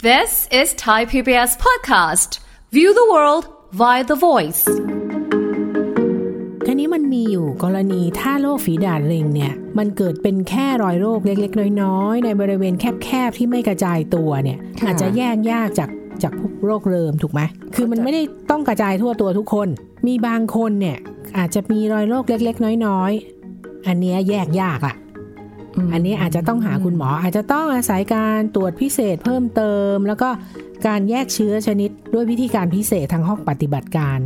This is Thai PBS podcast. View the world via the voice. คราวนี้มันมีอยู่กรณีถ้าโรคฝีดาษลิงเนี่ยมันเกิดเป็นแค่รอยโรคเล็กๆน้อยๆในบริเวณแคบๆที่ไม่กระจายตัวเนี่ยอาจจะแยกยากจากพวกโรคเริมถูกไหมคือมันไม่ได้ต้องกระจายทั่วตัวทุกคนมีบางคนเนี่ยอาจจะมีรอยโรคเล็กๆน้อยๆอันนี้แยกยากอ่ะอันนี้อาจจะต้องหาคุณหมออาจจะต้องอาศัยการตรวจพิเศษเพิ่มเติมแล้วก็การแยกเชื้อชนิดด้วยวิธีการพิเศษทางห้องปฏิบัติการ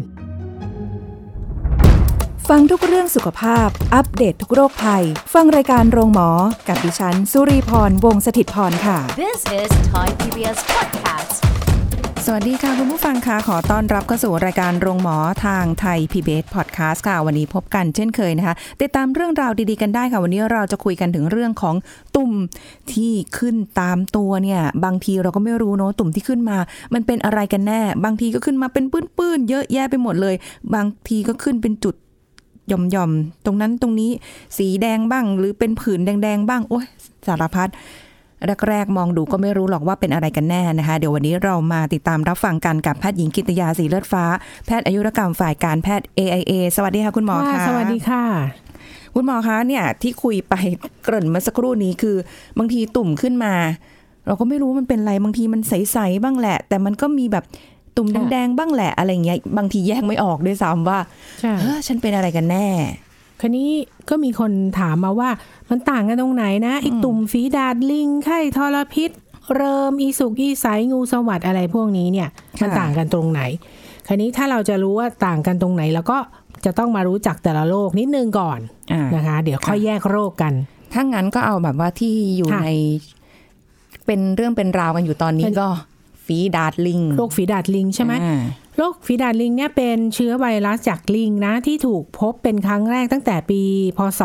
ฟังทุกเรื่องสุขภาพอัปเดต ทุกโรคภัยฟังรายการโรงหมอกับดิฉันสุรีพรวงศ์สถิตย์พรค่ะ This is Thai PBS podcast. สวัสดีค่ะคุณผู้ฟังค่ะขอต้อนรับเข้าสู่รายการโรงหมอทางไทย PBS Podcast ค่ะวันนี้พบกันเช่นเคยนะคะติดตามเรื่องราวดีๆกันได้ค่ะวันนี้เราจะคุยกันถึงเรื่องของตุ่มที่ขึ้นตามตัวเนี่ยบางทีเราก็ไม่รู้เนาะตุ่มที่ขึ้นมามันเป็นอะไรกันแน่บางทีก็ขึ้นมาเป็นปื้นๆเยอะแยะไปหมดเลยบางทีก็ขึ้นเป็นจุดหย่อมๆตรงนั้นตรงนี้สีแดงบ้างหรือเป็นผื่นแดงๆบ้างโอ๊ยสารพัดแรกๆมองดูก็ไม่รู้หรอกว่าเป็นอะไรกันแน่นะคะเดี๋ยววันนี้เรามาติดตามรับฟังกันกับแพทย์หญิงกิตติยาสีเลือดฟ้าแพทย์อายุรกรรมฝ่ายการแพทย์ AIA สวัสดีค่ะคุณหมอค่ะสวัสดีค่ะคุณหมอคะเนี่ยที่คุยไปเกริ่นเมื่อสักครู่นี้คือบางทีตุ่มขึ้นมาเราก็ไม่รู้มันเป็นอะไรบางทีมันใสๆบ้างแหละแต่มันก็มีแบบตุ่มแดงๆบ้างแหละอะไรเงี้ยบางทีแยกไม่ออกด้วยซ้ำว่าฉันเป็นอะไรกันแน่คราวนี้ก็มีคนถามมาว่ามันต่างกันตรงไหนนะไอ้ตุ่มฝีดาษลิงไข้ทรพิษเริมอีสุกอีใสงูสวัสดอะไรพวกนี้เนี่ยมันต่างกันตรงไหนคราวนี้ถ้าเราจะรู้ว่าต่างกันตรงไหนแล้วก็จะต้องมารู้จักแต่ละโรคนิดนึงก่อนนะคะเดี๋ยวค่อยแยกโรคกันถ้างั้นก็เอาแบบว่าที่อยู่ในเป็นเรื่องเป็นราวกันอยู่ตอนนี้ก็ฝีดาษลิงโรคฝีดาษลิงใช่ไหมโรคฝีดาษลิงเนี่ยเป็นเชื้อไวรัสจากลิงนะที่ถูกพบเป็นครั้งแรกตั้งแต่ปีพศ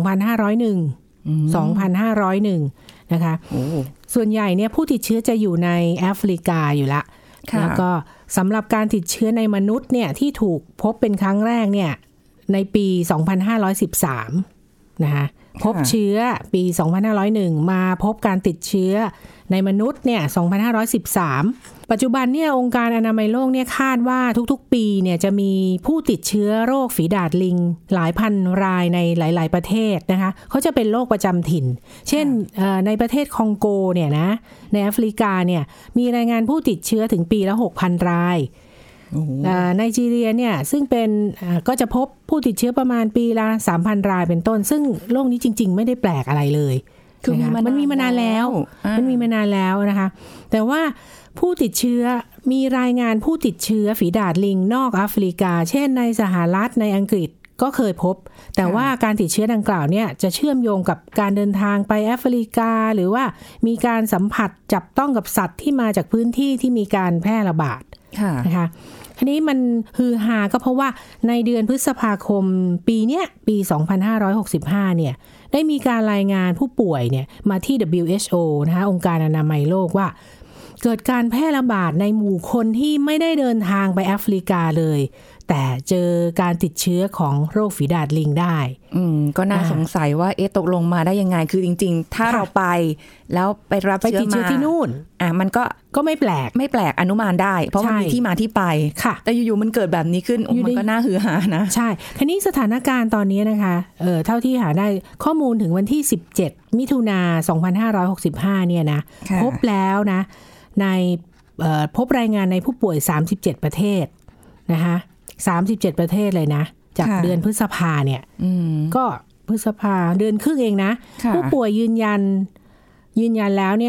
2501นะคะส่วนใหญ่เนี่ยผู้ติดเชื้อจะอยู่ในแอฟริกาอยู่ละแล้วก็สำหรับการติดเชื้อในมนุษย์เนี่ยที่ถูกพบเป็นครั้งแรกเนี่ยในปี2513นะคะพบเชื้อปี2501มาพบการติดเชื้อในมนุษย์เนี่ย2513ปัจจุบันเนี่ยองค์การอนามัยโลกเนี่ยคาดว่าทุกๆปีเนี่ยจะมีผู้ติดเชื้อโรคฝีดาษลิงหลายพันรายในหลายๆประเทศนะคะเขาจะเป็นโรคประจำถิ่นเช่นในประเทศคองโกเนี่ยนะในแอฟริกาเนี่ยมีรายงานผู้ติดเชื้อถึงปีละ 6,000 รายไนจีเรียเนี่ยซึ่งเป็นก็จะพบผู้ติดเชื้อประมาณปีละ 3,000 รายเป็นต้นซึ่งโรคนี้จริงๆไม่ได้แปลกอะไรเลยคือมันมีมานานแล้วนะคะแต่ว่าผู้ติดเชื้อมีรายงานผู้ติดเชื้อฝีดาษลิงนอกแอฟริกาเช่นในสหรัฐในอังกฤษก็เคยพบแต่ว่าการติดเชื้อดังกล่าวเนี่ยจะเชื่อมโยงกับการเดินทางไปแอฟริกาหรือว่ามีการสัมผัสจับต้องกับสัตว์ที่มาจากพื้นที่ที่มีการแพร่ระบาดนะคะทีนี้มันฮือฮาก็เพราะว่าในเดือนพฤษภาคมปีเนี้ยปี2565เนี่ยได้มีการรายงานผู้ป่วยเนี่ยมาที่ WHO นะคะองค์การอนามัยโลกว่าเกิดการแพร่ระบาดในหมู่คนที่ไม่ได้เดินทางไปแอฟริกาเลยแต่เจอการติดเชื้อของโรคฝีดาษลิงได้ก็น่าสงสัยว่าตกลงมาได้ยังไงคือจริงๆถ้าเราไปแล้วไปรับเชื้อมาที่นู่นมันก็ไม่แปลกอนุมานได้เพราะมันมีที่มาที่ไปแต่อยู่ๆมันเกิดแบบนี้ขึ้นมันก็น่าฮือฮานะใช่ทีนี้สถานการณ์ตอนนี้นะคะเท่าที่หาได้ข้อมูลถึงวันที่17มิถุนายน2565เนี่ยนะพบแล้วนะในพบรายงานในผู้ป่วย37ประเทศนะคะ37ประเทศเลยนะจากเดือนพฤษภาเนี่ยก็พฤษภาเดือนครึ่งเองนะผู้ป่วยยืนยันแล้วเนี่ย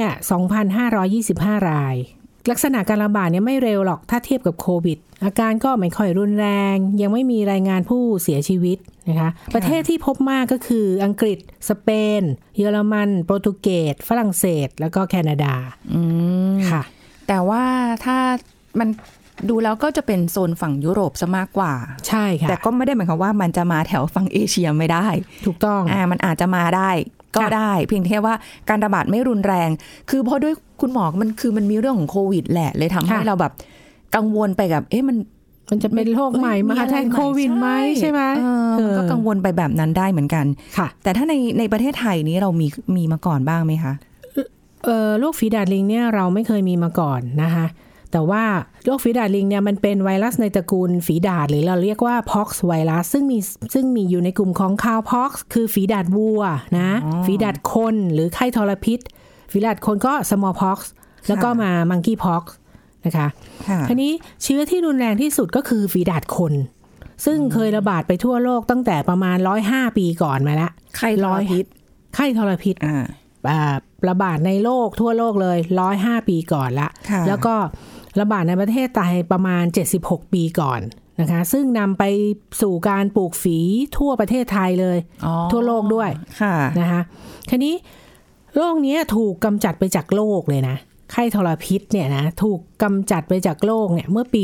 2,525 รายลักษณะการระบาดเนี่ยไม่เร็วหรอกถ้าเทียบกับโควิดอาการก็ไม่ค่อยรุนแรงยังไม่มีรายงานผู้เสียชีวิตนะคะประเทศที่พบมากก็คืออังกฤษสเปนเยอรมันโปรตุเกสฝรั่งเศสแล้วก็แคนาดาค่ะแต่ว่าถ้ามันดูแล้วก็จะเป็นโซนฝั่งยุโรปซะมากกว่าใช่ค่ะแต่ก็ไม่ได้หมายความว่ามันจะมาแถวฝั่งเอเชียไม่ได้ถูกต้องมันอาจจะมาได้ก็ได้เพียงแค่ว่าการระบาดไม่รุนแรงคือเพราะด้วยคุณหมอมันมีเรื่องของโควิดแหละเลยทำให้เราแบบกังวลไปกับมันจะเป็นโรคใหม่มาแทนโควิดไหมใช่ไหมก็กังวลไปแบบนั้นได้เหมือนกันแต่ถ้าในประเทศไทยนี้เรามีมาก่อนบ้างไหมคะโรคฝีดาษลิงเนี่ยเราไม่เคยมีมาก่อนนะคะแต่ว่าโรคฝีดาษลิงเนี่ยมันเป็นไวรัสในตระกูลฝีดาษหรือเราเรียกว่า pox ไวรัสซึ่งมีอยู่ในกลุ่มของ cowpox คือฝีดาษวัวนะฝีดาษคนหรือไข้ทรพิษฝีดาษคนก็ smallpox แล้วก็มา monkeypox นะคะทีนี้เชื้อที่รุนแรงที่สุดก็คือฝีดาษคนซึ่งเคยระบาดไปทั่วโลกตั้งแต่ประมาณ105ปีก่อนมาแล้วไข้ทรพิษระบาดในโลกทั่วโลกเลย105ปีก่อนละแล้วก็ระบาดในประเทศไทยประมาณ76ปีก่อนนะคะซึ่งนำไปสู่การปลูกฝีทั่วประเทศไทยเลยทั่วโลกด้วยนะคะทีนี้โรคนี้ถูกกำจัดไปจากโลกเลยนะไข้ทรพิษเนี่ยนะถูกกำจัดไปจากโลกเนี่ยเมื่อปี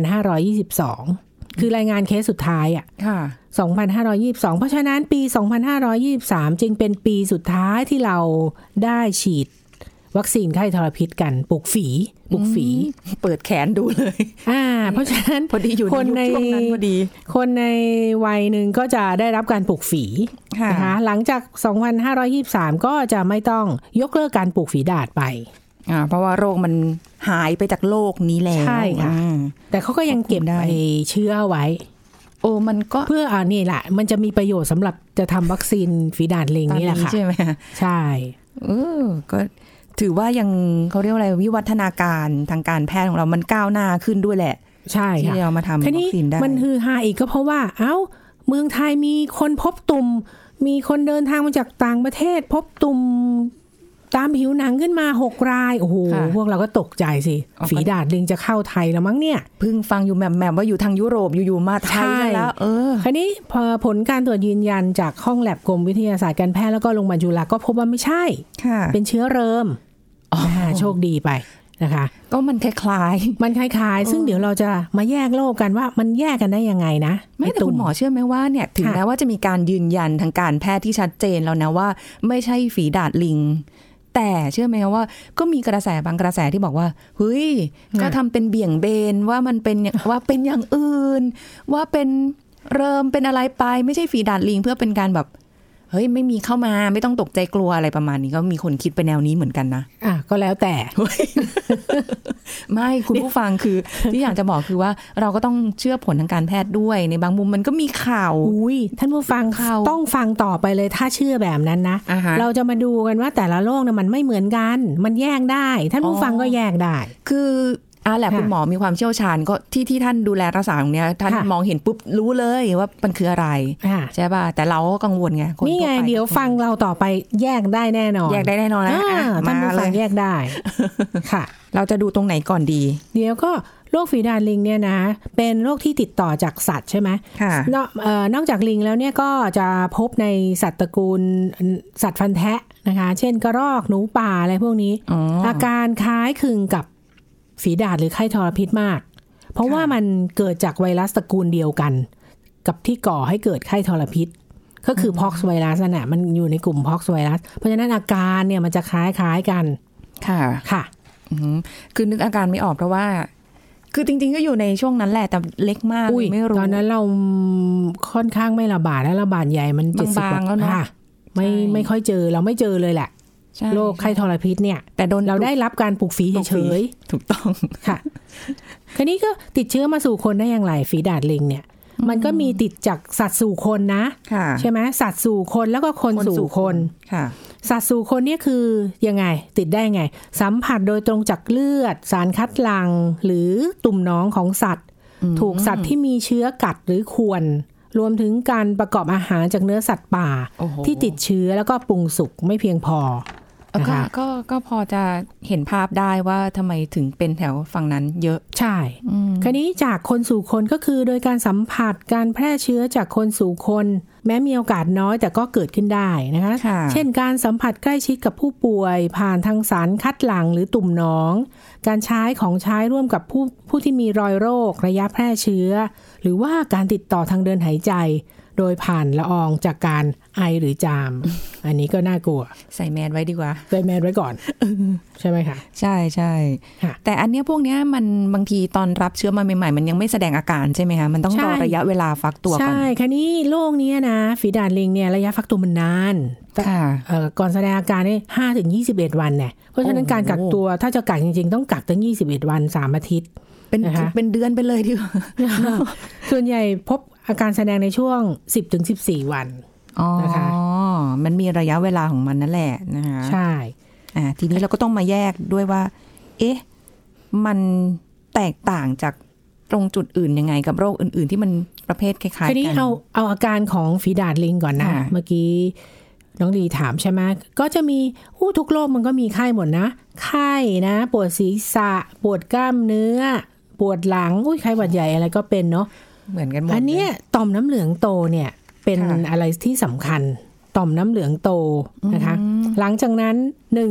2522คือรายงานเคสสุดท้ายอ่ะ2522เพราะฉะนั้นปี2523จึงเป็นปีสุดท้ายที่เราได้ฉีดวัคซีนไข้ทรพิษกันปลูกฝีเปิดแขนดูเลยเพราะฉะนั้นพอดีอยู่ในช่วงนั้นพอดีคนในวัยหนึ่งก็จะได้รับการปลูกฝีนะคะหลังจาก2523ก็จะไม่ต้องยกเลิกการปลูกฝีดาษไปเพราะว่าโรคมันหายไปจากโลกนี้แล้วใช่ค่ะแต่เขาก็ยังเก็บไอ้เชื้อไว้มันก็เพื่อนี่แหละมันจะมีประโยชน์สำหรับจะทำวัคซีนฝีดาษลิงนี่แหละค่ะใช่ไหมใช่ก็ถือว่ายังเขาเรียกว่าอะไรวิวัฒนาการทางการแพทย์ของเรามันก้าวหน้าขึ้นด้วยแหละใช่ค่ะที่เรามาทำวัคซีนได้มันฮือฮาอีกก็เพราะว่าเมืองไทยมีคนพบตุ่มมีคนเดินทางมาจากต่างประเทศพบตุ่มตามผิวหนังขึ้นมา6รายโอ้โหพวกเราก็ตกใจสิฝีดาษลิงจะเข้าไทยแล้วมั้งเนี่ยเพิ่งฟังอยู่แหม่มว่าอยู่ทางยุโรปอยู่ๆมาไทยแล้วคราวนี้พอผลการตรวจยืนยันจากห้องแลบกรมวิทยาศาสตร์การแพทย์แล้วก็โรงพยาบาลจุฬาก็พบว่าไม่ใช่เป็นเชื้อเริมโชคดีไปนะคะก็มันคล้ายๆซึ่งเดี๋ยวเราจะมาแยกโรคกันว่ามันแยกกันได้ยังไงนะไม่แต่คุณหมอเชื่อไหมว่าเนี่ยถึงแม้ว่าจะมีการยืนยันทางการแพทย์ที่ชัดเจนแล้วนะว่าไม่ใช่ฝีดาษลิงแต่เชื่อไหมว่าก็มีกระแสบางกระแสที่บอกว่าเฮ้ยก็ทำเป็นเบี่ยงเบนว่ามันเป็นว่าเป็นอย่างอื่นว่าเป็นเริ่มเป็นอะไรไปไม่ใช่ฝีดาษลิงเพื่อเป็นการแบบเฮ้ยไม่มีเข้ามาไม่ต้องตกใจกลัวอะไรประมาณนี้ก็มีคนคิดไปแนวนี้เหมือนกันนะก็แล้วแต่ไม่คุณผู้ฟังคือที่อยากจะบอกคือว่าเราก็ต้องเชื่อผลทางการแพทย์ด้วยในบางมุมมันก็มีข่าวท่านผู้ฟังต้องฟังต่อไปเลยถ้าเชื่อแบบนั้นนะเราจะมาดูกันว่าแต่ละโรคเนี่ยมันไม่เหมือนกันมันแยกได้ท่านผู้ฟังก็แยกได้คือแหละคุณหมอมีความเชี่ยวชาญก็ที่ท่านดูแลรักษาตรงนี้ท่านมองเห็นปุ๊บรู้เลยว่ามันคืออะไรใช่ป่ะแต่เราก็กังวลไงนี่ไงเดี๋ยวฟังเราต่อไปแยกได้แน่นอนนะท่านผู้ฟังแยกได้ค่ะเราจะดูตรงไหนก่อนดีเดี๋ยวก็โรคฝีดาษลิงเนี่ยนะเป็นโรคที่ติดต่อจากสัตว์ใช่ไหมนอกจากลิงแล้วเนี่ยก็จะพบในสัตว์ตระกูลสัตว์ฟันแทะนะคะเช่นกระรอกหนูป่าอะไรพวกนี้อาการคล้ายคลึงกับฝีดาษหรือไข้ทรพิษมากเพราะว่ามันเกิดจากไวรัสตระกูลเดียวกันกับที่ก่อให้เกิดไข้ทรพิษก็คือ pox ไวรัสน่ะมันอยู่ในกลุ่ม pox ไวรัสเพราะฉะนั้นอาการเนี่ยมันจะคล้ายกันค่ะคือนึกอาการไม่ออกเพราะว่าคือจริงๆก็อยู่ในช่วงนั้นแหละแต่เล็กมากไม่รู้ตอนนั้นเราค่อนข้างไม่ระบาดแล้วระบาดใหญ่มัน 70แล้วนะไม่ค่อยเจอเราไม่เจอเลยแหละโรคไข้ทรพิษเนี่ยแต่เราได้รับการปลูกฝีเฉยๆถูกต้องค่ะคราวนี้ก็ติดเชื้อมาสู่คนได้อย่างไรฝีดาษลิงเนี่ยมันก็มีติดจากสัตว์สู่คนนะใช่ไหมสัตว์สู่คนแล้วก็คนสู่คนสัตว์สู่คนเนี่ยคือยังไงติดได้ไงสัมผัสโดยตรงจากเลือดสารคัดหลั่งหรือตุ่มน้องของสัตว์ถูกสัตว์ที่มีเชื้อกัดหรือข่วนรวมถึงการประกอบอาหารจากเนื้อสัตว์ป่าที่ติดเชื้อแล้วก็ปรุงสุกไม่เพียงพอก็พอจะเห็นภาพได้ว่าทำไมถึงเป็นแถวฝั่งนั้นเยอะใช่คราวนี้จากคนสู่คนก็คือโดยการสัมผัสการแพร่เชื้อจากคนสู่คนแม้มีโอกาสน้อยแต่ก็เกิดขึ้นได้นะคะเช่นการสัมผัสใกล้ชิดกับผู้ป่วยผ่านทางสารคัดหลั่งหรือตุ่มน้องการใช้ของใช้ร่วมกับผู้ที่มีรอยโรคระยะแพร่เชื้อหรือว่าการติดต่อทางเดินหายใจโโดยผ่านละอองจากการไอหรือจาม อันนี้ก็น่ากลัวใส่แมสไว้ดีกว่าใส่แมสไว้ก่อนใช่ไหมคะใช่ใช่แต่อันเนี้ยพวกเนี้ยมันบางทีตอนรับเชื้อมาใหม่ๆมันยังไม่แสดงอาการใช่ไหมคะมันต้องรอระยะเวลาฟักตัวก่อนใช่ค่ะนี้โรคนี้นะฝีดาษลิงเนี่ยระยะฟักตัวมันนานก่อนแสดงอาการนี่5-21 วันเนี่ยเพราะฉะนั้นการกักตัวถ้าจะกักจริงๆต้องกักตั้ง21 วัน3 อาทิตย์เป็นเดือนไปเลยดีกว่าส่วนใหญ่พบอาการแสดงในช่วง 10-14 วันนะคะมันมีระยะเวลาของมันนั่นแหละนะคะใช่ทีนี้เราก็ต้องมาแยกด้วยว่าเอ๊ะมันแตกต่างจากตรงจุดอื่นยังไงกับโรคอื่นๆที่มันประเภทคล้ายๆกันทีนี้เอาอาการของฝีดาษลิงก่อนนะเมื่อกี้น้องดีถามใช่ไหมก็จะมีทุกโรคมันก็มีไข้หมดนะไข้นะปวดศีรษะปวดกล้ามเนื้อปวดหลังไข้หวัดใหญ่อะไรก็เป็นเนาะเหมือนกันหมดอันนี้ต่อมน้ำเหลืองโตเนี่ยเป็นอะไรที่สำคัญต่อมน้ำเหลืองโตนะคะหลังจากนั้น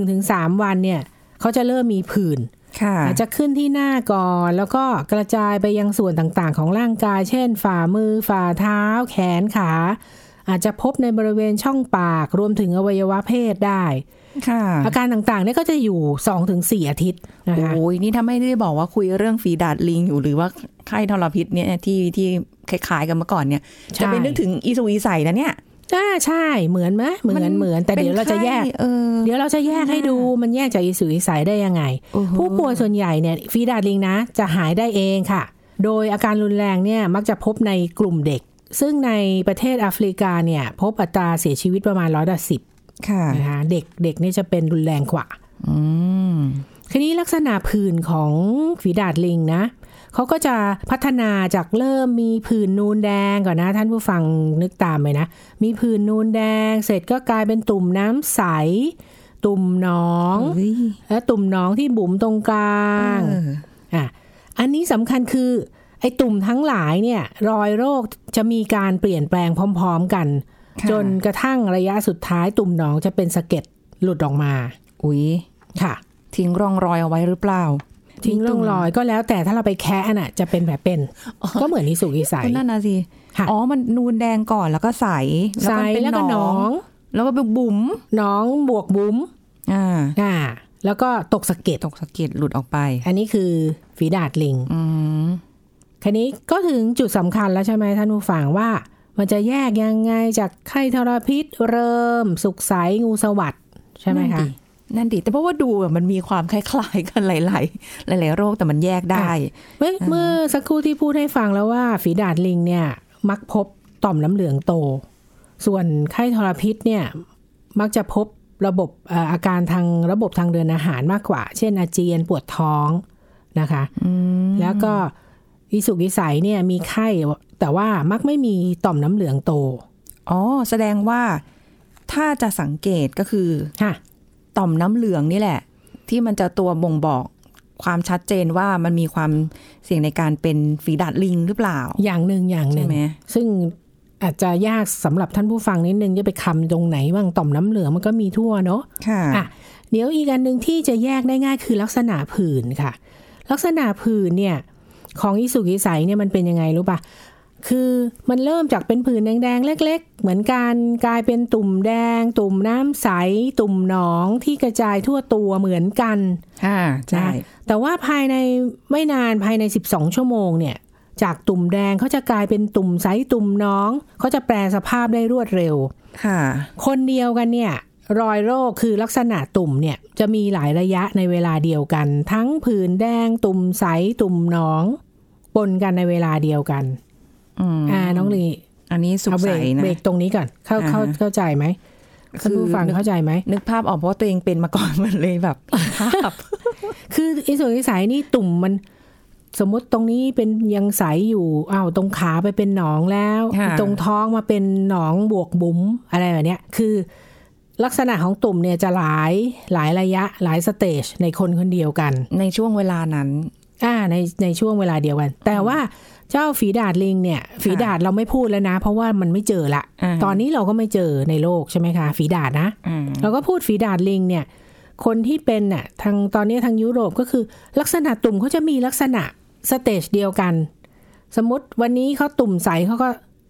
1-3 วันเนี่ยเขาจะเริ่มมีผื่นอาจจะขึ้นที่หน้าก่อนแล้วก็กระจายไปยังส่วนต่างๆของร่างกายเช่นฝ่ามือฝ่าเท้าแขนขาอาจจะพบในบริเวณช่องปากรวมถึงอวัยวะเพศได้อาการต่างๆนี่ก็จะอยู่ 2-4 อาทิตย์นะคะโอ้ยนี่ถ้าไม่ได้บอกว่าคุยเรื่องฝีดาษลิงอยู่หรือว่าไข้ทรพิษเนี่ยที่คล้ายๆกันเมื่อก่อนเนี่ยจะไปนึกถึงอีสุอีใสนะเนี่ยใช่เหมือนไหมเหมือนแต่เดี๋ยวเราจะแยกให้ดูมันแยกจากอีสุอีใสได้ยังไงผู้ป่วยส่วนใหญ่เนี่ยฝีดาษลิงนะจะหายได้เองค่ะโดยอาการรุนแรงเนี่ยมักจะพบในกลุ่มเด็กซึ่งในประเทศแอฟริกาเนี่ยพบอัตราเสียชีวิตประมาณ110นะคะเด็กนี่จะเป็นรุนแรงกว่าทีนี้ลักษณะผื่นของฝีดาษลิงนะเขาก็จะพัฒนาจากเริ่มมีผื่นนูนแดงก่อนนะท่านผู้ฟังนึกตามไปนะมีผื่นนูนแดงเสร็จก็กลายเป็นตุ่มน้ำใสตุ่มหนองและตุ่มหนองที่บุ๋มตรงกลางอันนี้สำคัญคือไอ้ตุ่มทั้งหลายเนี่ยรอยโรคจะมีการเปลี่ยนแปลงพร้อมๆกันจนกระทั่งระยะสุดท้ายตุ่มหนองจะเป็นสะเก็ดหลุดออกมาค่ะทิ้งร่องรอยเอาไว้หรือเปล่าทิ้งร่องรอยก็แล้วแต่ถ้าเราไปแคะน่ะจะเป็นแบบเป็นก็เหมือนนิสุกิใสนั่นน่ะสิมันนูนแดงก่อนแล้วก็ใสแล้วก็หนองแล้วก็บุ๋มหนองบวกบุ๋มแล้วก็ตกสะเก็ดหลุดออกไปอันนี้คือฝีดาษลิงคันนี้ก็ถึงจุดสำคัญแล้วใช่ไหมท่านผู้ฟังว่ามันจะแยกยังไงจากไข้ทรพิษเริ่มสุกใสงูสวัสด์ใช่ไหมคะนั่นดิแต่เพราะว่าดูมันมีความคล้ายๆกันหลายโรคแต่มันแยกได้เมื่อสักครู่ที่พูดให้ฟังแล้วว่าฝีดาษลิงเนี่ยมักพบต่อมน้ำเหลืองโตส่วนไข้ทรพิษเนี่ยมักจะพบอาการทางระบบทางเดินอาหารมากกว่าเช่นอาเจียนปวดท้องนะคะแล้วก็อีสุกอีใสเนี่ยมีไข้แต่ว่ามักไม่มีต่อมน้ำเหลืองโตแสดงว่าถ้าจะสังเกตก็คือต่อมน้ำเหลืองนี่แหละที่มันจะตัวบ่งบอกความชัดเจนว่ามันมีความเสี่ยงในการเป็นฝีดาษลิงหรือเปล่าอย่างหนึ่งซึ่งอาจจะยากสำหรับท่านผู้ฟังนิดนึงจะไปคำตรงไหนบ้างต่อมน้ำเหลืองมันก็มีทั่วเนาะเดี๋ยวอีกอันนึงที่จะแยกได้ง่ายคือลักษณะผื่นค่ะลักษณะผื่นเนี่ยของอีสุกอีใสเนี่ยมันเป็นยังไงรู้ป่ะคือมันเริ่มจากเป็นผื่นแดงๆเล็กๆเหมือนกันกลายเป็นตุ่มแดงตุ่มน้ำใสตุ่มหนองที่กระจายทั่วตัวเหมือนกันใช่แต่ว่าภายในไม่นานภายใน12 ชั่วโมงเนี่ยจากตุ่มแดงเขาจะกลายเป็นตุ่มใสตุ่มหนองเขาจะแปลสภาพได้รวดเร็วคนเดียวกันเนี่ยรอยโรคคือลักษณะตุ่มเนี่ยจะมีหลายระยะในเวลาเดียวกันทั้งผื่นแดงตุ่มใสตุ่มหนองปนกันในเวลาเดียวกันน้องลีอันนี้สุกใสนะเบรกตรงนี้ก่อนเข้าใจไหมท่านผู้ฟังเข้าใจไหมนึกภาพออกเพราะตัวเองเป็นมาก่อนมันเลยแบบภาพคืออีสุกอีใสนี่ตุ่มมันสมมติตรงนี้เป็นยังใสอยู่ตรงขาไปเป็นหนองแล้วตรงท้องมาเป็นหนองบวกบุ๋มอะไรแบบเนี้ยคือลักษณะของตุ่มเนี่ยจะหลายระยะหลายสเตจในคนคนเดียวกันในช่วงเวลานั้นในช่วงเวลาเดียวกันแต่ว่าเจ้าฝีดาษลิงเนี่ยฝีดาษเราไม่พูดแล้วนะเพราะว่ามันไม่เจอละตอนนี้เราก็ไม่เจอในโลกใช่ไหมคะฝีดาษนะเราก็พูดฝีดาษลิงเนี่ยคนที่เป็นน่ะตอนนี้ทางยุโรปก็คือลักษณะตุ่มเขาจะมีลักษณะสเตจเดียวกันสมมติวันนี้เขาตุ่มใสเขาก็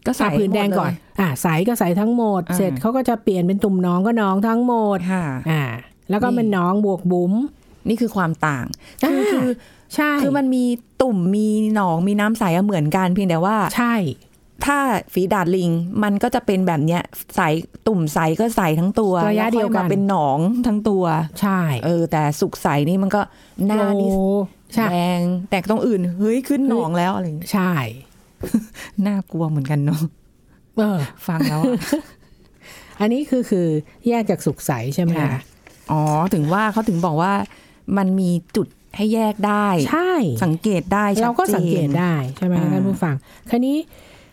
ก็ใส่ผื่นแดงก่อนใส่ก็ใส่ทั้งหมดเสร็จเขาก็จะเปลี่ยนเป็นตุ่มน้องก็น้องทั้งหมดแล้วก็เป็นน้องบวกบุ๋มนี่คือความต่างคือใช่คือมันมีตุ่มมีหนองมีน้ำใสเหมือนกันเพียงแต่ว่าใช่ถ้าฝีดาษลิงมันก็จะเป็นแบบเนี้ยใสตุ่มใสก็ใสทั้งตัวระยะเดียวกันเป็นหนองทั้งตัวใช่แต่สุกใสนี่มันก็หน้านี่แดงแต่ตรงอื่นเฮ้ยขึ้นหนองแล้วอะไรใช่น่ากลัวเหมือนกันเนาะฟังแล้วอันนี้คือแยกจากสุกใสใช่ไหมถึงว่าเขาถึงบอกว่ามันมีจุดให้แยกได้ใช่สังเกตได้เราก็สังเกตได้ใช่ไหมท่านผู้ฟังคราวนี้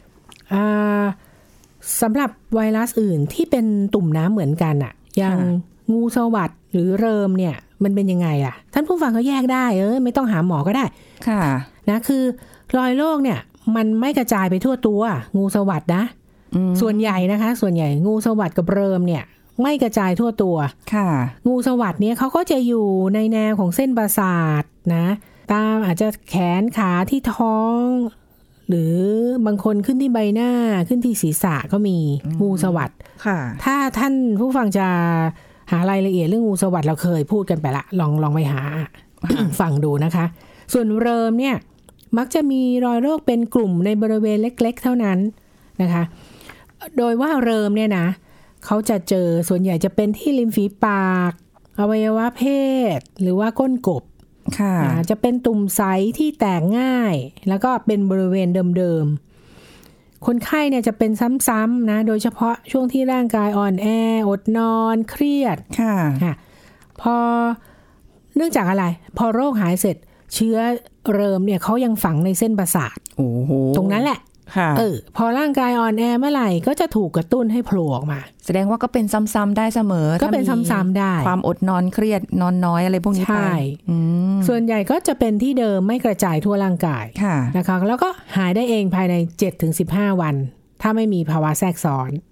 สำหรับไวรัสอื่นที่เป็นตุ่มน้ำเหมือนกันอ่ะอย่างงูสวัสด์หรือเริมเนี่ยมันเป็นยังไงอ่ะท่านผู้ฟังก็แยกได้ไม่ต้องหาหมอก็ได้ค่ะนะคือรอยโรคเนี่ยมันไม่กระจายไปทั่วตัวงูสวัสด์นะส่วนใหญ่นะคะส่วนใหญ่งูสวัสด์กับเริมเนี่ยไม่กระจายทั่วตัวค่ะงูสวัสด์เนี่ยเขาก็จะอยู่ในแนวของเส้นประสาทนะตามอาจจะแขนขาที่ท้องหรือบางคนขึ้นที่ใบหน้าขึ้นที่ศีรษะก็มีงูสวัสด์ถ้าท่านผู้ฟังจะหารายละเอียดเรื่องงูสวัสด์เราเคยพูดกันไปละลองไปหา ฟังดูนะคะส่วนเริมเนี่ยมักจะมีรอยโรคเป็นกลุ่มในบริเวณเล็กๆเท่านั้นนะคะโดยว่าเริมเนี่ยนะเขาจะเจอส่วนใหญ่จะเป็นที่ริมฝีปากอวัยวะเพศหรือว่าก้นกบจะเป็นตุ่มใสที่แตกง่ายแล้วก็เป็นบริเวณเดิมๆคนไข้เนี่ยจะเป็นซ้ำๆนะโดยเฉพาะช่วงที่ร่างกายอ่อนแออดนอนเครียดค่ะพอเนื่องจากอะไรพอโรคหายเสร็จเชื้อเริมเนี่ยเขายังฝังในเส้นประสาทตรงนั้นแหละพอร่างกายอ่อนแอเมื่อไหร่ก็จะถูกกระตุ้นให้โผล่ออกมาแสดงว่าก็เป็นซ้ำๆได้เสมอก็เป็นซ้ำๆได้ความอดนอนเครียดนอนน้อยอะไรพวกนี้ไปส่วนใหญ่ก็จะเป็นที่เดิมไม่กระจายทั่วร่างกายนะคะแล้วก็หายได้เองภายใน 7-15 วันถ้าไม่มีภาวะแทรกซ้อน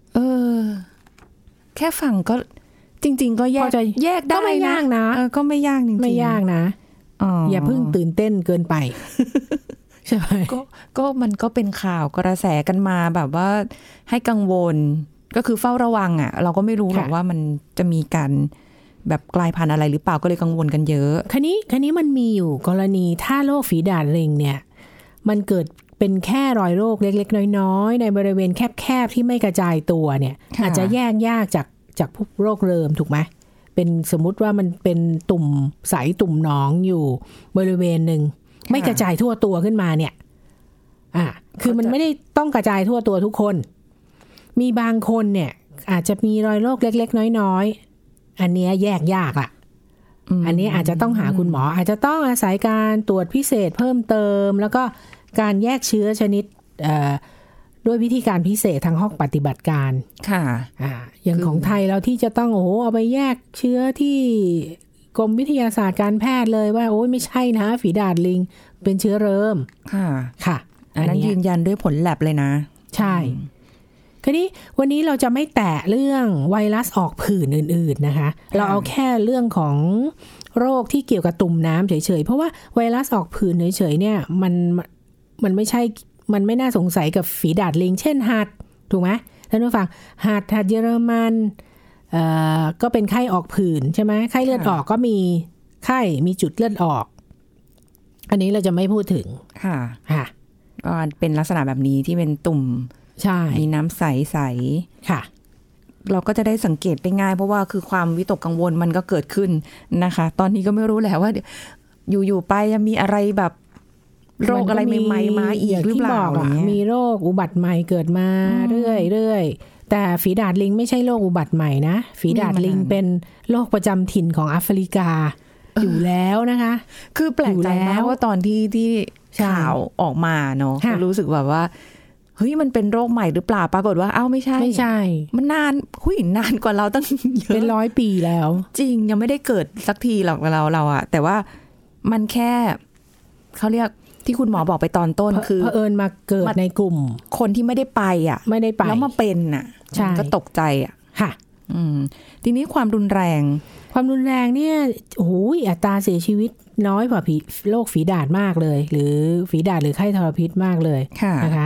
แค่ฟังก็จริงๆก็แยกได้ก็ไม่ยากนะก็ไม่ยากจริงๆไม่ยากนะอย่าเพิ่งตื่นเต้นเกินไปใช่ไหมก็มันก็เป็นข่าวกระแสกันมาแบบว่าให้กังวลก็คือเฝ้าระวังอ่ะเราก็ไม่รู้หรอกว่ามันจะมีการแบบกลายพันธุ์อะไรหรือเปล่าก็เลยกังวลกันเยอะคราวนี้มันมีอยู่กรณีถ้าโรคฝีดาษลิงเนี่ยมันเกิดเป็นแค่รอยโรคเล็กๆน้อยๆในบริเวณแคบๆที่ไม่กระจายตัวเนี่ยอาจจะแยกยากจากพวกโรคเริมถูกไหมเป็นสมมุติว่ามันเป็นตุ่มใสตุ่มหนองอยู่บริเวณหนึ่งไม่กระจายทั่วตัวขึ้นมาเนี่ยคือมันไม่ได้ต้องกระจายทั่วตัวทุกคนมีบางคนเนี่ยอาจจะมีรอยโรคเล็กๆน้อยๆอันนี้แยกยากอ่ะอันนี้อาจจะต้องหาคุณหมออาจจะต้องอาศัยการตรวจพิเศษเพิ่มเติมแล้วก็การแยกเชื้อชนิดด้วยวิธีการพิเศษทางห้องปฏิบัติการค่ะอย่างของไทยเราที่จะต้องเอาไปแยกเชื้อที่กรมวิทยาศาสตร์การแพทย์เลยว่าโอ้ยไม่ใช่นะฝีดาษลิงเป็นเชื้อเริมค่ะอันนั้นยืนยันด้วยผลแลบเลยนะใช่คราวนี้วันนี้เราจะไม่แตะเรื่องไวรัสออกผื่นอื่นๆนะคะเราเอาแค่เรื่องของโรคที่เกี่ยวกับตุ่มน้ำเฉยๆเพราะว่าไวรัสออกผื่นเฉยๆเนี่ยมันไม่ใช่มันไม่น่าสงสัยกับฝีดาษลิงเช่นหัดถูกไหมท่านผู้ฟังหัดเยอรมันก็เป็นไข้ออกผื่นใช่ไหมไข้เลือดออกก็มีไข้มีจุดเลือดออกอันนี้เราจะไม่พูดถึงค่ะก็เป็นลักษณะแบบนี้ที่เป็นตุ่มมีน้ำใสๆค่ะเราก็จะได้สังเกตได้ง่ายเพราะว่าคือความวิตกกังวลมันก็เกิดขึ้นนะคะตอนนี้ก็ไม่รู้แหละว่าอยู่ๆไปจะมีอะไรแบบโรคอะไรใหม่ๆมาอีกหรือเปล่ามีโรคอุบัติใหม่เกิดมาเรื่อยๆแต่ฝีดาษลิงไม่ใช่โรคอุบัติใหม่นะฝีดาษลิงเป็นโรคประจำถิ่นของแอฟริกาอยู่แล้วนะคะคือแปลกใจมากว่าตอนที่ข่าวออกมาเนาะรู้สึกแบบว่าเฮ้ยมันเป็นโรคใหม่หรือเปล่าปรากฏว่าไม่ใช่มันนานกว่าเราตั้งเยอะเป็น100 ปีแล้วจริงยังไม่ได้เกิดสักทีหรอกเราอะแต่ว่ามันแค่เขาเรียกที่คุณหมอบอกไปตอนต้นคือเผอิญมาเกิดในกลุ่มคนที่ไม่ได้ไปแล้วมาเป็นอ่ะก็ตกใจอ่ะค่ะทีนี้ความรุนแรงเนี่ยโอ้ยอัตราเสียชีวิตน้อยกว่าโรคฝีดาษมากเลยหรือฝีดาษหรือไข้ทรพิษมากเลยนะคะ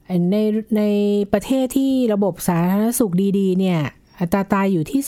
ในประเทศที่ระบบสาธารณสุขดีๆเนี่ยอัตราตายอยู่ที่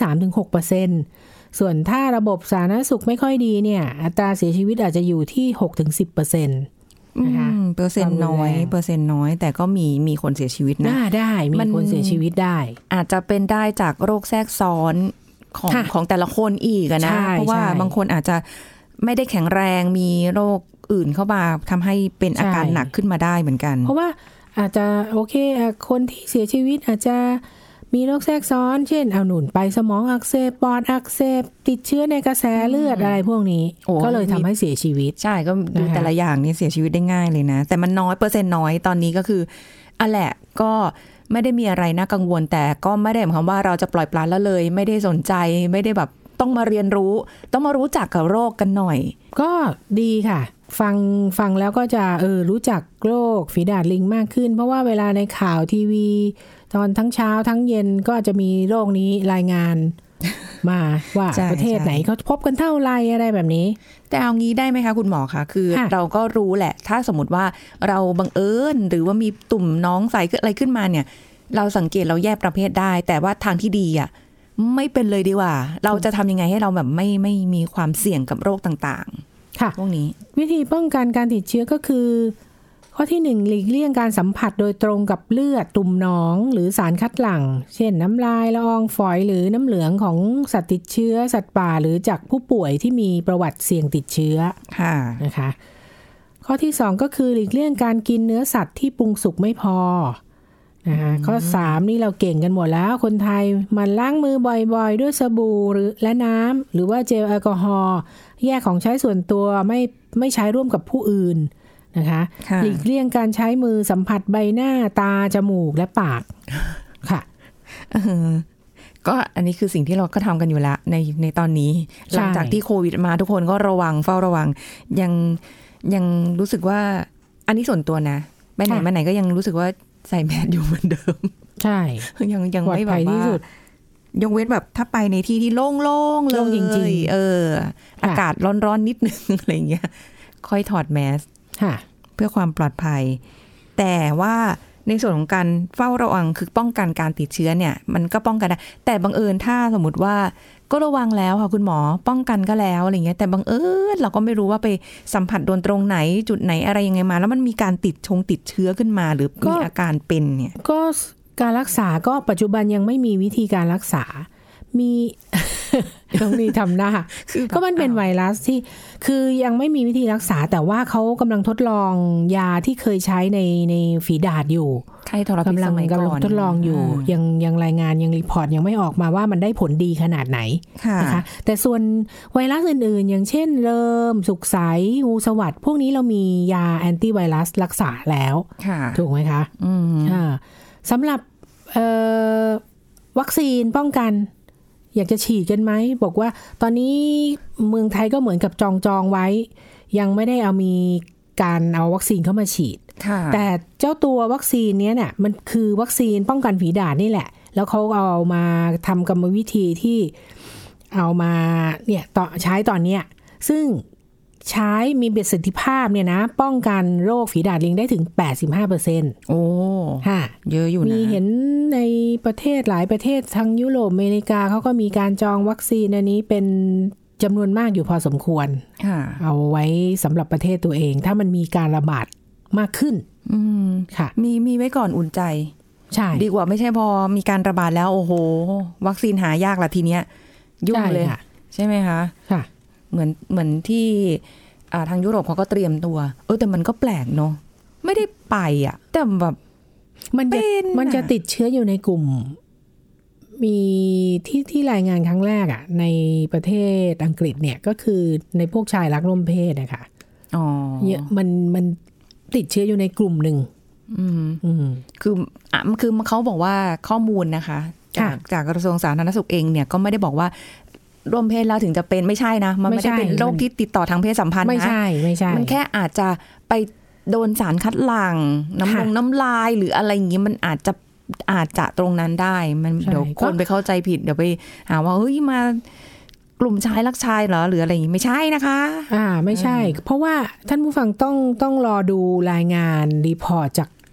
3-6%ส่วนถ้าระบบสาธารณสุขไม่ค่อยดีเนี่ยอัตราเสียชีวิตอาจจะอยู่ที่ 6-10%นะคะเปอร์เซ็นต์น้อยแต่ก็มีคนเสียชีวิตนะได้มีคนเสียชีวิตได้อาจจะเป็นได้จากโรคแทรกซ้อนของแต่ละคนอีกนะเพราะว่าบางคนอาจจะไม่ได้แข็งแรงมีโรคอื่นเข้ามาทำให้เป็นอาการหนักขึ้นมาได้เหมือนกันเพราะว่าอาจจะโอเคคนที่เสียชีวิตอาจจะมีโรคแทรกซ้อนเช่นเอาหนุนไปสมองอักเสบปอดอักเสบติดเชื้อในกระแสเลือดอะไรพวกนี้ก็เลยทำให้เสียชีวิตใช่ก็ดูแต่ละอย่างนี่เสียชีวิตได้ง่ายเลยนะแต่มันน้อยเปอร์เซ็นต์น้อยตอนนี้ก็คือแหละก็ไม่ได้มีอะไรน่ากังวลแต่ก็ไม่ได้หมายความว่าเราจะปล่อยปละละเลยไม่ได้สนใจไม่ได้แบบต้องมาเรียนรู้ต้องมารู้จักกับโรคกันหน่อยก็ดีค่ะฟังแล้วก็จะรู้จักโรคฝีดาษลิงมากขึ้นเพราะว่าเวลาในข่าวทีวีตอนทั้งเช้าทั้งเย็นก็จะมีโรคนี้รายงานมาว่าประเทศไหนเขาพบกันเท่าไรอะไรแบบนี้แต่เอางี้ได้ไหมคะคุณหมอคะคือเราก็รู้แหละถ้าสมมติว่าเราบังเอิญหรือว่ามีตุ่มน้องใสอะไรขึ้นมาเนี่ยเราสังเกตเราแยกประเภทได้แต่ว่าทางที่ดีอ่ะไม่เป็นเลยดีกว่าเราจะทำยังไงให้เราแบบไม่มีความเสี่ยงกับโรคต่างๆค่ะพวกนี้วิธีป้องกันการติดเชื้อก็คือข้อที่1หลีกเลี่ยงการสัมผัสโดยตรงกับเลือดตุ่มหนองหรือสารคัดหลั่งเช่นน้ำลายละอองฝอยหรือน้ำเหลืองของสัตว์ติดเชื้อสัตว์ป่าหรือจากผู้ป่วยที่มีประวัติเสี่ยงติดเชื้อนะคะข้อที่2ก็คือหลีกเลี่ยงการกินเนื้อสัตว์ที่ปรุงสุกไม่พอนะคะข้อ3นี่เราเก่งกันหมดแล้วคนไทยมันล้างมือบ่อยๆด้วยสบู่และน้ำหรือว่าเจลแอลกอฮอล์แยกของใช้ส่วนตัวไม่ใช้ร่วมกับผู้อื่นนะคะหลีกเลี่ยงการใช้มือสัมผัสใบหน้าตาจมูกและปากค่ะก็อันนี้คือสิ่งที่เราก็ทำกันอยู่แล้วในตอนนี้หลังจากที่โควิดมาทุกคนก็ระวังเฝ้าระวังยังรู้สึกว่าอันนี้ส่วนตัวนะไปไหนมาไหนก็ยังรู้สึกว่าใส่แมสอยู่เหมือนเดิมใช่ยังไม่แบบว่ายกเว้นแบบถ้าไปในที่ที่โล่งๆเลยจริงๆอากาศร้อนๆนิดนึงอะไรเงี้ยค่อยถอดแมสเพื่อความปลอดภัยแต่ว่าในส่วนของการเฝ้าระวังคือป้องกันการติดเชื้อเนี่ยมันก็ป้องกันได้แต่บังเอิญถ้าสมมติว่าก็ระวังแล้วค่ะคุณหมอป้องกันก็แล้วอะไรเงี้ยแต่บังเอิญเราก็ไม่รู้ว่าไปสัมผัสโดนตรงไหนจุดไหนอะไรยังไงมาแล้วมันมีการติดเชื้อขึ้นมาหรือมีอาการเป็นเนี่ยก็การรักษาก็ปัจจุบันยังไม่มีวิธีการรักษามีต้องมีทำหน้าก็มันเป็นไวรัสที่คือยังไม่มีวิธีรักษาแต่ว่าเขากำลังทดลองยาที่เคยใช้ในฝีดาษอยู่กำลังทดลองอยู่ยังรายงานยังรีพอร์ตยังไม่ออกมาว่ามันได้ผลดีขนาดไหนนะคะแต่ส่วนไวรัสอื่นๆอย่างเช่นเริ่มสุกใสงูสวัสด์พวกนี้เรามียาแอนตี้ไวรัสรักษาแล้วถูกไหมคะสำหรับวัคซีนป้องกันอยากจะฉีดกันไหมบอกว่าตอนนี้เมืองไทยก็เหมือนกับจองไว้ยังไม่ได้มีการเอาวัคซีนเข้ามาฉีดแต่เจ้าตัววัคซีนเนี้ยเนี่ยมันคือวัคซีนป้องกันฝีดาษนี่แหละแล้วเขาเอามาทำกรรมวิธีที่เอามาเนี่ยต่อใช้ตอนเนี้ยซึ่งใช้มีประสิทธิภาพเนี่ยนะป้องกันโรคฝีดาษลิงได้ถึง 85% โอ้ค่ะเยอะอยู่นะมีเห็นในประเทศหลายประเทศทั้งยุโรปอเมริกาเขาก็มีการจองวัคซีนอันนี้เป็นจำนวนมากอยู่พอสมควรเอาไว้สำหรับประเทศตัวเองถ้ามันมีการระบาดมากขึ้นค่ะมีไว้ก่อนอุ่นใจใช่ดีกว่าไม่ใช่พอมีการระบาดแล้วโอ้โหวัคซีนหายากละทีเนี้ยยุ่งเลยใช่ไหมคะค่ะเหมือนที่ทางยุโรปเขาก็เตรียมตัวแต่มันก็แปลกเนาะไม่ได้ไปแต่แบบมันจะติดเชื้ออยู่ในกลุ่มมีที่รายงานครั้งแรกในประเทศอังกฤษเนี่ยก็คือในพวกชายรักร่วมเพศนะคะมันติดเชื้ออยู่ในกลุ่มหนึ่งคือเขาบอกว่าข้อมูลนะคะจากกระทรวงสาธารณสุขเองเนี่ยก็ไม่ได้บอกว่าร่วมเพศแล้วถึงจะเป็นไม่ใช่นะมันไม่ได้เป็นโรคที่ติดต่อทางเพศสัมพันธ์นะไม่ใช่มันแค่อาจจะไปโดนสารคัดหลั่งน้ำลายหรืออะไรอย่างงี้มันอาจจะตรงนั้นได้มันเดี๋ยวคนไปเข้าใจผิดเดี๋ยวไปหาว่าเฮ้ยมากลุ่มชายรักชายเหรอหรืออะไรอย่างงี้ไม่ใช่นะคะไม่ใช่เพราะว่าท่านผู้ฟังต้องรอดูรายงานรีพอร์ตจาก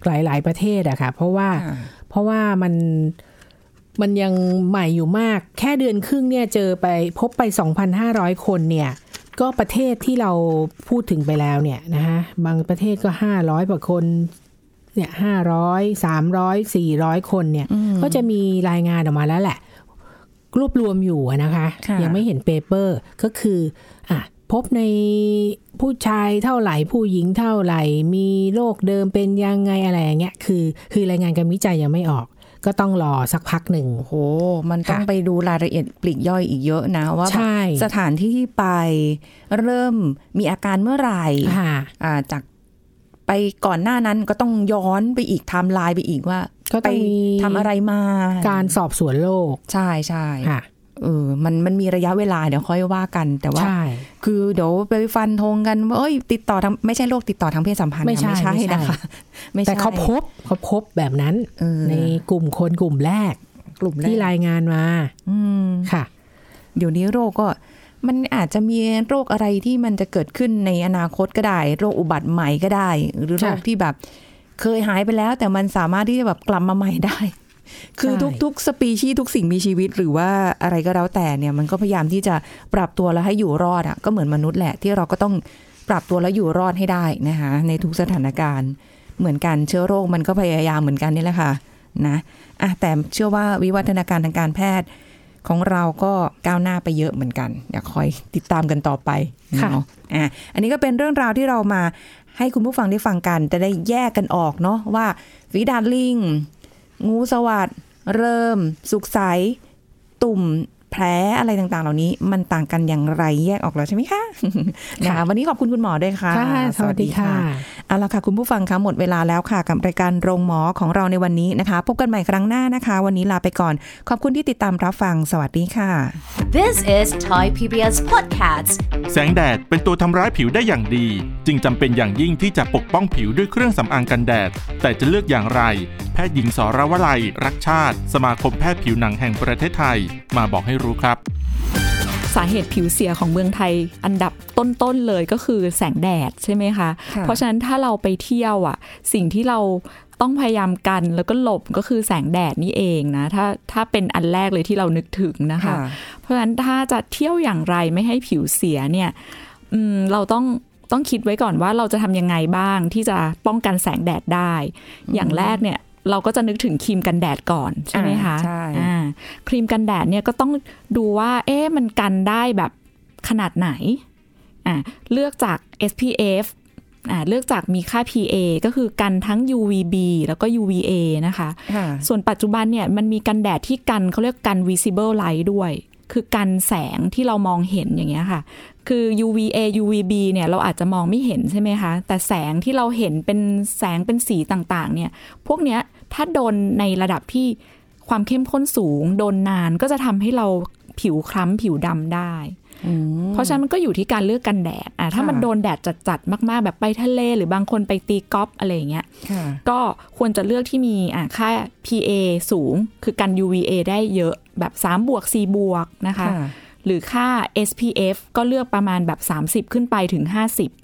หลายประเทศอะค่ะเพราะว่ามันยังใหม่อยู่มากแค่เดือนครึ่งเนี่ยพบไป 2,500 คนเนี่ยก็ประเทศที่เราพูดถึงไปแล้วเนี่ยนะคะบางประเทศก็500กว่าคนเนี่ย500 300 400 คนเนี่ยก็จะมีรายงานออกมาแล้วแหละรวบรวมอยู่นะคะยังไม่เห็นเปเปอร์ก็คือพบในผู้ชายเท่าไหร่ผู้หญิงเท่าไหร่มีโรคเดิมเป็นยังไงอะไรอย่างเงี้ยคือรายงานการวิจัยยังไม่ออกก็ต้องรอสักพักหนึ่งโอ้โหมันต้องไปดูรายละเอียดปลีกย่อยอีกเยอะนะว่าสถานที่ที่ไปเริ่มมีอาการเมื่อไหร่จากไปก่อนหน้านั้นก็ต้องย้อนไปอีกไทม์ไลน์ไปอีกว่าไปทำอะไรมาการสอบสวนโรคใช่ใช่มันมีระยะเวลาเดี๋ยวค่อยว่ากันแต่ว่าคือเดี๋ยวไปฟันธงกันว่าติดต่อทางไม่ใช่โรคติดต่อทางเพศสัมพันธ์ไม่ใช่นะคะแต่เขาพบแบบนั้นในกลุ่มคนกลุ่มแรกที่รายงานมาค่ะเดี๋ยวนี้โรคก็มันอาจจะมีโรคอะไรที่มันจะเกิดขึ้นในอนาคตก็ได้โรคอุบัติใหม่ก็ได้หรือโรคที่แบบเคยหายไปแล้วแต่มันสามารถที่จะแบบกลับมาใหม่ได้คือทุกสปีชีส์ทุกสิ่งมีชีวิตหรือว่าอะไรก็แล้วแต่เนี่ยมันก็พยายามที่จะปรับตัวแล้วให้อยู่รอดก็เหมือนมนุษย์แหละที่เราก็ต้องปรับตัวแล้วอยู่รอดให้ได้นะคะในทุกสถานการณ์เหมือนกันเชื้อโรคมันก็พยายามเหมือนกันนี่แหละค่ะนะแต่เชื่อว่าวิวัฒนาการทางการแพทย์ของเราก็ก้าวหน้าไปเยอะเหมือนกันอยากคอยติดตามกันต่อไปเนาะอันนี้ก็เป็นเรื่องราวที่เรามาให้คุณผู้ฟังได้ฟังกันจะได้แยกกันออกเนาะว่าฝีดาดลิงงูสวัสด์เริ่มสุกใสตุ่มแผลอะไรต่างๆเหล่านี้มันต่างกันอย่างไรแยกออกแล้วใช่ไหมคะนะคะวันนี้ขอบคุณคุณหมอด้วยค่ะสวัสดีค่ะเอาล่ะค่ะคุณผู้ฟังคะหมดเวลาแล้วค่ะกับรายการโรงหมอของเราในวันนี้นะคะพบกันใหม่ครั้งหน้านะคะวันนี้ลาไปก่อนขอบคุณที่ติดตามรับฟังสวัสดีค่ะ This is Thai PBS Podcast แสงแดดเป็นตัวทำร้ายผิวได้อย่างดีจึงจำเป็นอย่างยิ่งที่จะปกป้องผิวด้วยเครื่องสำอางกันแดดแต่จะเลือกอย่างไรแพทย์หญิงสรวลัยรักชาติสมาคมแพทย์ผิวหนังแห่งประเทศไทยมาบอกให้รู้ครับสาเหตุผิวเสียของเมืองไทยอันดับต้นๆเลยก็คือแสงแดดใช่ไหมคะเพราะฉะนั้นถ้าเราไปเที่ยวสิ่งที่เราต้องพยายามกันแล้วก็หลบก็คือแสงแดดนี่เองนะถ้าเป็นอันแรกเลยที่เรานึกถึงนะคะเพราะฉะนั้นถ้าจะเที่ยวอย่างไรไม่ให้ผิวเสียเนี่ยเราต้องคิดไว้ก่อนว่าเราจะทำยังไงบ้างที่จะป้องกันแสงแดดได้อย่างแรกเนี่ยเราก็จะนึกถึงครีมกันแดดก่อนใช่ไหมคะใช่ครีมกันแดดเนี่ยก็ต้องดูว่ามันกันได้แบบขนาดไหนเลือกจาก SPF เลือกจากมีค่า PA ก็คือกันทั้ง UVB แล้วก็ UVA นะคะส่วนปัจจุบันเนี่ยมันมีกันแดดที่กันเขาเรียกกัน visible light ด้วยคือกันแสงที่เรามองเห็นอย่างเงี้ยค่ะคือ UVA UVB เนี่ยเราอาจจะมองไม่เห็นใช่ไหมคะแต่แสงที่เราเห็นเป็นแสงเป็นสีต่างๆเนี่ยพวกเนี้ยถ้าโดนในระดับที่ความเข้มข้นสูงโดนนานก็จะทำให้เราผิวคล้ำผิวดำได้เพราะฉะนั้นมันก็อยู่ที่การเลือกกันแดดถ้ามันโดนแดดจัดๆมากๆแบบไปทะเลหรือบางคนไปตีกอล์ฟอะไรอย่างเงี้ยก็ควรจะเลือกที่มีค่า PA สูงคือกัน UVA ได้เยอะแบบ3 บวก 4 บวกนะคะหรือค่า SPF ก็เลือกประมาณแบบ30ขึ้นไปถึง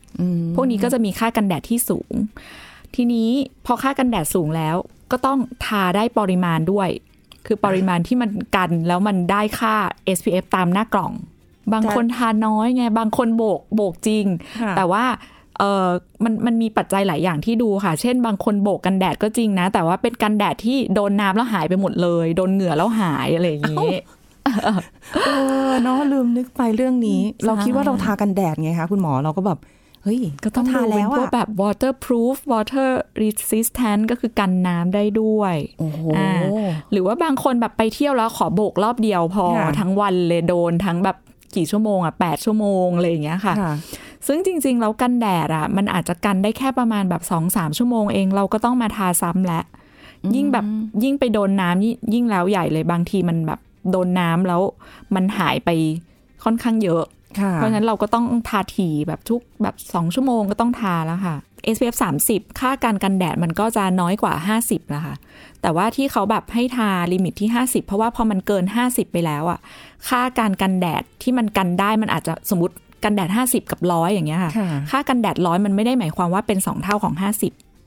50พวกนี้ก็จะมีค่ากันแดดที่สูงทีนี้พอค่ากันแดดสูงแล้วก็ต้องทาได้ปริมาณด้วยคือปริมาณที่มันกันแล้วมันได้ค่า SPF ตามหน้ากล่องบางคนทาน้อยไงบางคนโบกจริงแต่ว่ามันมีปัจจัยหลายอย่างที่ดูค่ะเช่นบางคนโบกกันแดดก็จริงนะแต่ว่าเป็นกันแดดที่โดนน้ำแล้วหายไปหมดเลยโดนเหงื่อแล้วหายอะไรอย่างนี้เนาะลืมนึกไปเรื่องนี้เราคิดว่าเราทากันแดดไงคะคุณหมอเราก็แบบเฮ้ยก็ต้องทาแล้วพวกแบบ waterproof water resistant ก็คือกันน้ำได้ด้วยหรือว่าบางคนแบบไปเที่ยวแล้วขอโบกรอบเดียวพอทั้งวันเลยโดนทั้งแบบกี่ชั่วโมง8 ชั่วโมงอะไรอย่างเงี้ยค่ะซึ่งจริงๆแล้วกันแดดมันอาจจะกันได้แค่ประมาณแบบ 2-3 ชั่วโมงเองเราก็ต้องมาทาซ้ำแล้วยิ่งไปโดนน้ำยิ่งแล้วใหญ่เลยบางทีมันแบบโดนน้ำแล้วมันหายไปค่อนข้างเยอะเพราะฉะนั้นเราก็ต้องทาถี่แบบทุกแบบ2ชั่วโมงก็ต้องทาแล้วค่ะ SPF 30ค่าการกันแดดมันก็จะน้อยกว่า50นะคะแต่ว่าที่เขาแบบให้ทาลิมิตที่50เพราะว่าพอมันเกิน50ไปแล้วค่าการกันแดดที่มันกันได้มันอาจจะสมมติกันแดด50กับ100อย่างเงี้ยค่ะค่ากันแดด100มันไม่ได้หมายความว่าเป็น2เท่าของ50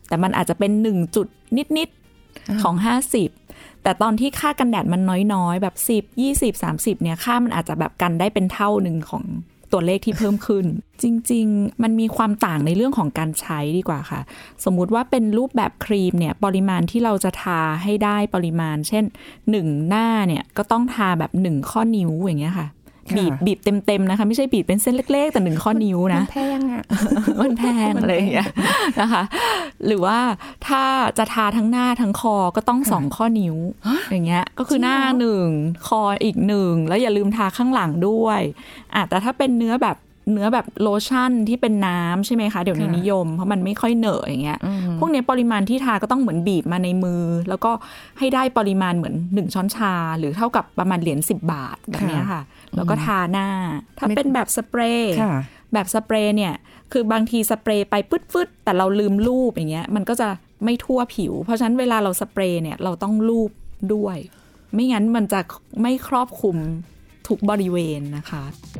แต่มันอาจจะเป็น1จุดนิดๆของ50แต่ตอนที่ค่ากันแดดมันน้อยๆแบบ10 20 30เนี่ยค่ามันอาจจะแบบกันได้เป็นเท่านึงของตัวเลขที่เพิ่มขึ้น จริงๆมันมีความต่างในเรื่องของการใช้ดีกว่าค่ะสมมุติว่าเป็นรูปแบบครีมเนี่ยปริมาณที่เราจะทาให้ได้ปริมาณเช่น1หน้าเนี่ยก็ต้องทาแบบ1ข้อนิ้วอย่างเงี้ยค่ะบีบเต็มๆนะคะไม่ใช่บีบเป็นเส้นเล็กๆแต่1ข้อนิ้วนะมันแพงอ่ะมันแพงอะไรอย่างเงี้ยนะคะหรือว่าถ้าจะทาทั้งหน้าทั้งคอก็ต้อง2ข้อนิ้วอย่างเงี้ยก็คือหน้า1คออีก1แล้วอย่าลืมทาข้างหลังด้วยแต่ถ้าเป็นเนื้อแบบโลชั่นที่เป็นน้ำใช่ไหมคะเดี๋ยวนี้นิยมเพราะมันไม่ค่อยเหนอะอย่างเงี้ยพวกนี้ปริมาณที่ทาก็ต้องเหมือนบีบมาในมือแล้วก็ให้ได้ปริมาณเหมือน1ช้อนชาหรือเท่ากับประมาณเหรียญ10 บาทแบบนี้ค่ะแล้วก็ทาหน้าถ้าเป็นแบบสเปรย์แบบสเปรย์เนี่ยคือบางทีสเปรย์ไปฟึดๆแต่เราลืมลูบอย่างเงี้ยมันก็จะไม่ทั่วผิวเพราะฉะนั้นเวลาเราสเปรย์เนี่ยเราต้องลูบด้วยไม่งั้นมันจะไม่ครอบคลุมทุกบริเวณนะคะ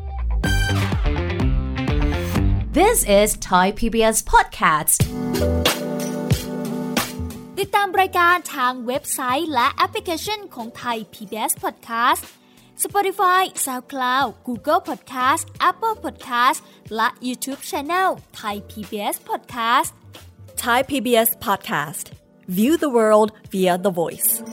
This is Thai PBS Podcast ติดตามรายการทางเว็บไซต์และแอปพลิเคชันของ Thai PBS Podcast Spotify, SoundCloud, Google Podcast, Apple Podcast และ YouTube Channel Thai PBS Podcast Thai PBS Podcast. View the world via the voice.